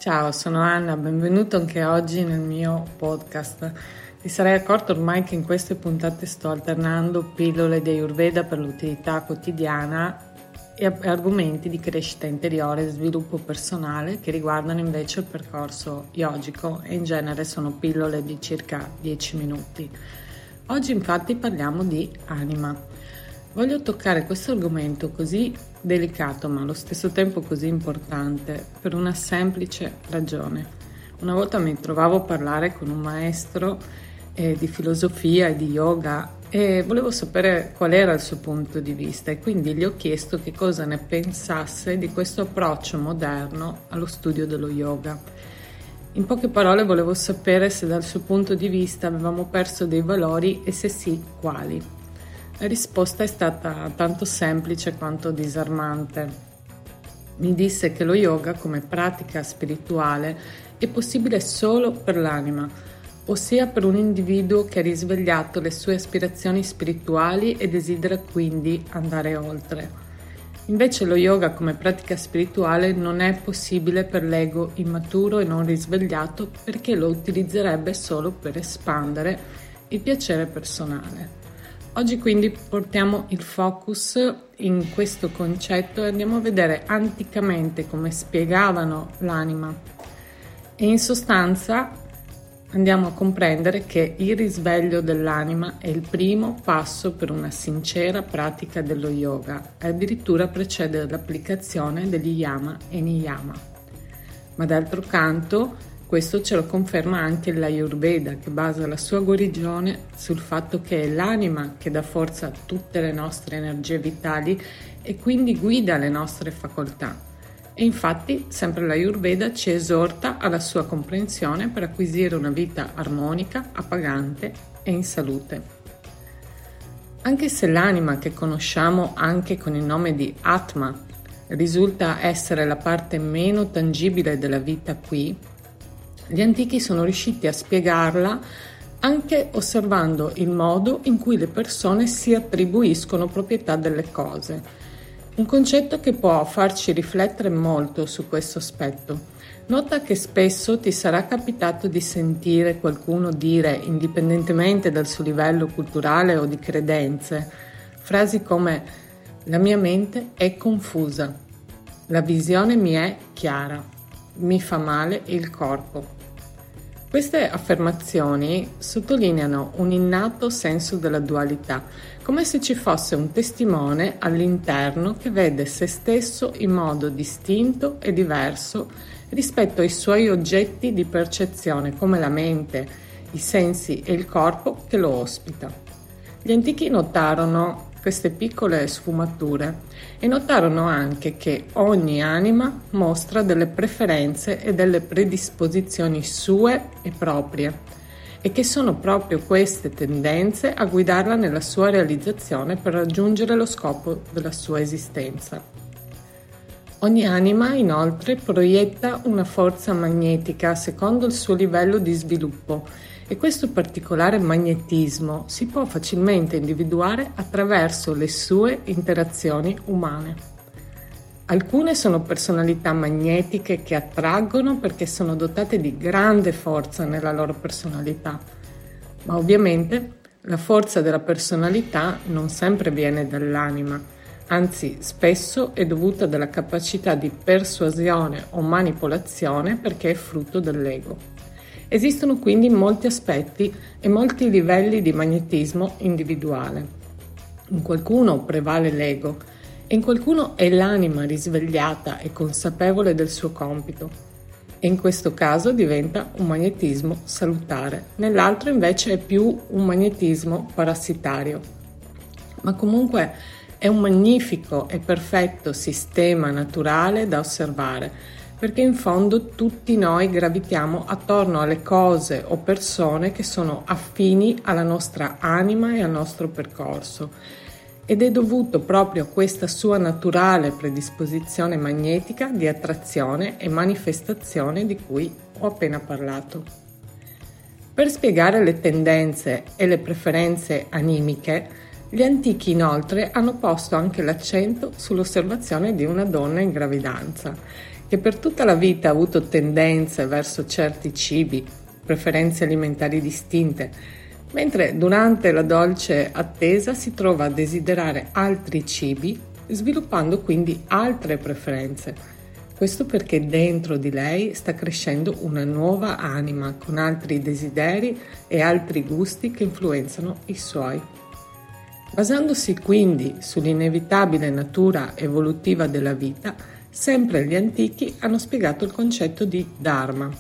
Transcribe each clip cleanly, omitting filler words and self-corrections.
Ciao, sono Anna, benvenuto anche oggi nel mio podcast. Ti sarai accorto ormai che in queste puntate sto alternando pillole di Ayurveda per l'utilità quotidiana e argomenti di crescita interiore e sviluppo personale che riguardano invece il percorso yogico e in genere sono pillole di circa 10 minuti. Oggi infatti parliamo di anima. Voglio toccare questo argomento così delicato ma allo stesso tempo così importante per una semplice ragione. Una volta mi trovavo a parlare con un maestro di filosofia e di yoga e volevo sapere qual era il suo punto di vista e quindi gli ho chiesto che cosa ne pensasse di questo approccio moderno allo studio dello yoga. In poche parole volevo sapere se dal suo punto di vista avevamo perso dei valori e se sì, quali. La risposta è stata tanto semplice quanto disarmante. Mi disse che lo yoga come pratica spirituale è possibile solo per l'anima, ossia per un individuo che ha risvegliato le sue aspirazioni spirituali e desidera quindi andare oltre. Invece lo yoga come pratica spirituale non è possibile per l'ego immaturo e non risvegliato perché lo utilizzerebbe solo per espandere il piacere personale. Oggi quindi portiamo il focus in questo concetto e andiamo a vedere anticamente come spiegavano l'anima e in sostanza andiamo a comprendere che il risveglio dell'anima è il primo passo per una sincera pratica dello yoga e addirittura precede l'applicazione degli yama e niyama. Ma d'altro canto questo ce lo conferma anche l'Ayurveda, che basa la sua guarigione sul fatto che è l'anima che dà forza a tutte le nostre energie vitali e quindi guida le nostre facoltà. E infatti sempre l'Ayurveda ci esorta alla sua comprensione per acquisire una vita armonica, appagante e in salute. Anche se l'anima che conosciamo anche con il nome di Atma risulta essere la parte meno tangibile della vita qui, gli antichi sono riusciti a spiegarla anche osservando il modo in cui le persone si attribuiscono proprietà delle cose. Un concetto che può farci riflettere molto su questo aspetto. Nota che spesso ti sarà capitato di sentire qualcuno dire, indipendentemente dal suo livello culturale o di credenze, frasi come «La mia mente è confusa», «La visione mi è chiara», «Mi fa male il corpo». Queste affermazioni sottolineano un innato senso della dualità, come se ci fosse un testimone all'interno che vede se stesso in modo distinto e diverso rispetto ai suoi oggetti di percezione, come la mente, i sensi e il corpo che lo ospita. Gli antichi notarono queste piccole sfumature e notarono anche che ogni anima mostra delle preferenze e delle predisposizioni sue e proprie e che sono proprio queste tendenze a guidarla nella sua realizzazione per raggiungere lo scopo della sua esistenza. Ogni anima inoltre proietta una forza magnetica secondo il suo livello di sviluppo e questo particolare magnetismo si può facilmente individuare attraverso le sue interazioni umane. Alcune sono personalità magnetiche che attraggono perché sono dotate di grande forza nella loro personalità, ma ovviamente la forza della personalità non sempre viene dall'anima, anzi spesso è dovuta dalla capacità di persuasione o manipolazione perché è frutto dell'ego. Esistono quindi molti aspetti e molti livelli di magnetismo individuale. In qualcuno prevale l'ego e in qualcuno è l'anima risvegliata e consapevole del suo compito. E in questo caso diventa un magnetismo salutare, nell'altro invece è più un magnetismo parassitario. Ma comunque è un magnifico e perfetto sistema naturale da osservare, perché in fondo tutti noi gravitiamo attorno alle cose o persone che sono affini alla nostra anima e al nostro percorso ed è dovuto proprio a questa sua naturale predisposizione magnetica di attrazione e manifestazione di cui ho appena parlato. Per spiegare le tendenze e le preferenze animiche, gli antichi inoltre hanno posto anche l'accento sull'osservazione di una donna in gravidanza che per tutta la vita ha avuto tendenze verso certi cibi, preferenze alimentari distinte, mentre durante la dolce attesa si trova a desiderare altri cibi, sviluppando quindi altre preferenze. Questo perché dentro di lei sta crescendo una nuova anima con altri desideri e altri gusti che influenzano i suoi. Basandosi quindi sull'inevitabile natura evolutiva della vita, sempre gli antichi hanno spiegato il concetto di Dharma.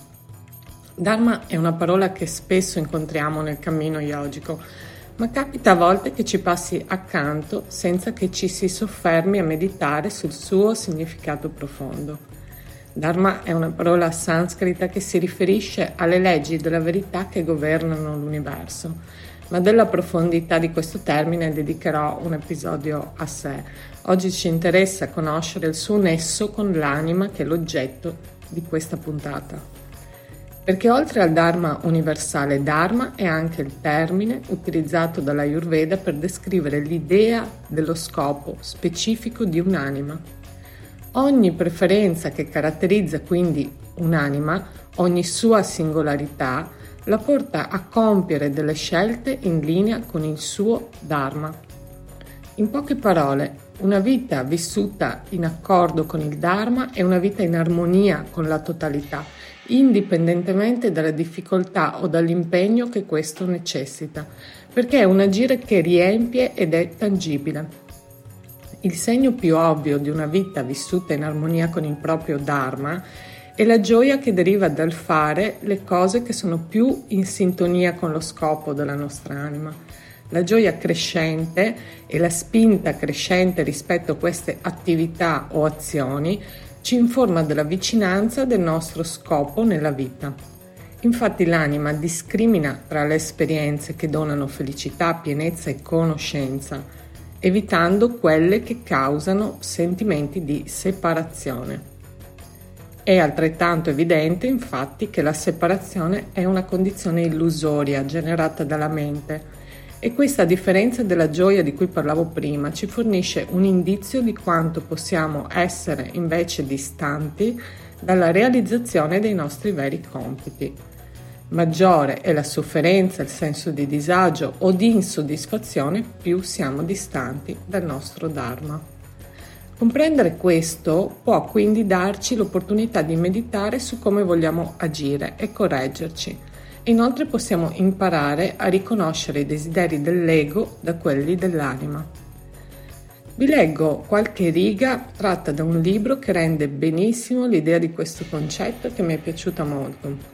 Dharma è una parola che spesso incontriamo nel cammino yogico, ma capita a volte che ci passi accanto senza che ci si soffermi a meditare sul suo significato profondo. Dharma è una parola sanscrita che si riferisce alle leggi della verità che governano l'universo, ma della profondità di questo termine dedicherò un episodio a sé. Oggi ci interessa conoscere il suo nesso con l'anima, che è l'oggetto di questa puntata. Perché oltre al Dharma universale, Dharma è anche il termine utilizzato dall'Ayurveda per descrivere l'idea dello scopo specifico di un'anima. Ogni preferenza che caratterizza quindi un'anima, ogni sua singolarità, la porta a compiere delle scelte in linea con il suo Dharma. In poche parole, una vita vissuta in accordo con il Dharma è una vita in armonia con la totalità, indipendentemente dalla difficoltà o dall'impegno che questo necessita, perché è un agire che riempie ed è tangibile. Il segno più ovvio di una vita vissuta in armonia con il proprio Dharma è la gioia che deriva dal fare le cose che sono più in sintonia con lo scopo della nostra anima. La gioia crescente e la spinta crescente rispetto a queste attività o azioni ci informa della vicinanza del nostro scopo nella vita. Infatti l'anima discrimina tra le esperienze che donano felicità, pienezza e conoscenza, evitando quelle che causano sentimenti di separazione. È altrettanto evidente, infatti, che la separazione è una condizione illusoria generata dalla mente e questa, a differenza della gioia di cui parlavo prima, ci fornisce un indizio di quanto possiamo essere invece distanti dalla realizzazione dei nostri veri compiti. Maggiore è la sofferenza, il senso di disagio o di insoddisfazione, più siamo distanti dal nostro Dharma. Comprendere questo può quindi darci l'opportunità di meditare su come vogliamo agire e correggerci. Inoltre possiamo imparare a riconoscere i desideri dell'ego da quelli dell'anima. Vi leggo qualche riga tratta da un libro che rende benissimo l'idea di questo concetto e che mi è piaciuta molto.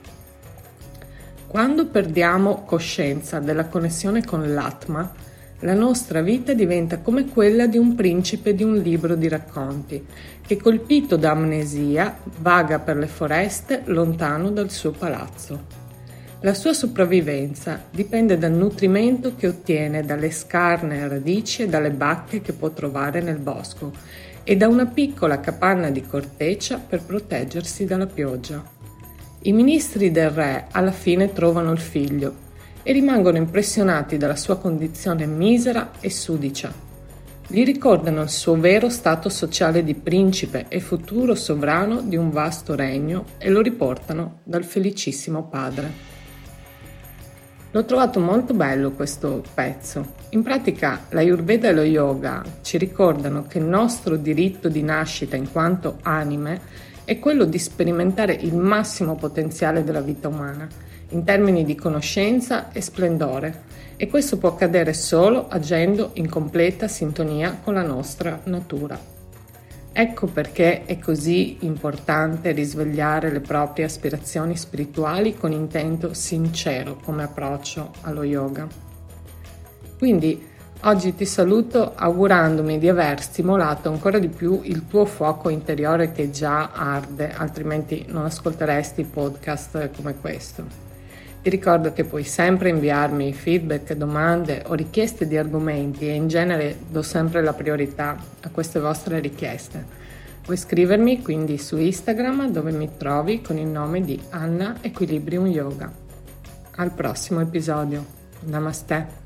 Quando perdiamo coscienza della connessione con l'Atma, la nostra vita diventa come quella di un principe di un libro di racconti, che colpito da amnesia vaga per le foreste lontano dal suo palazzo. La sua sopravvivenza dipende dal nutrimento che ottiene dalle scarne radici e dalle bacche che può trovare nel bosco e da una piccola capanna di corteccia per proteggersi dalla pioggia. I ministri del re alla fine trovano il figlio e rimangono impressionati dalla sua condizione misera e sudicia. Gli ricordano il suo vero stato sociale di principe e futuro sovrano di un vasto regno e lo riportano dal felicissimo padre. L'ho trovato molto bello questo pezzo. In pratica l'Ayurveda e lo yoga ci ricordano che il nostro diritto di nascita in quanto anime è quello di sperimentare il massimo potenziale della vita umana, in termini di conoscenza e splendore, e questo può accadere solo agendo in completa sintonia con la nostra natura. Ecco perché è così importante risvegliare le proprie aspirazioni spirituali con intento sincero come approccio allo yoga. Quindi, oggi ti saluto augurandomi di aver stimolato ancora di più il tuo fuoco interiore che già arde, altrimenti non ascolteresti podcast come questo. Ti ricordo che puoi sempre inviarmi feedback, domande o richieste di argomenti e in genere do sempre la priorità a queste vostre richieste. Puoi scrivermi quindi su Instagram, dove mi trovi con il nome di Anna Equilibrium Yoga. Al prossimo episodio. Namaste.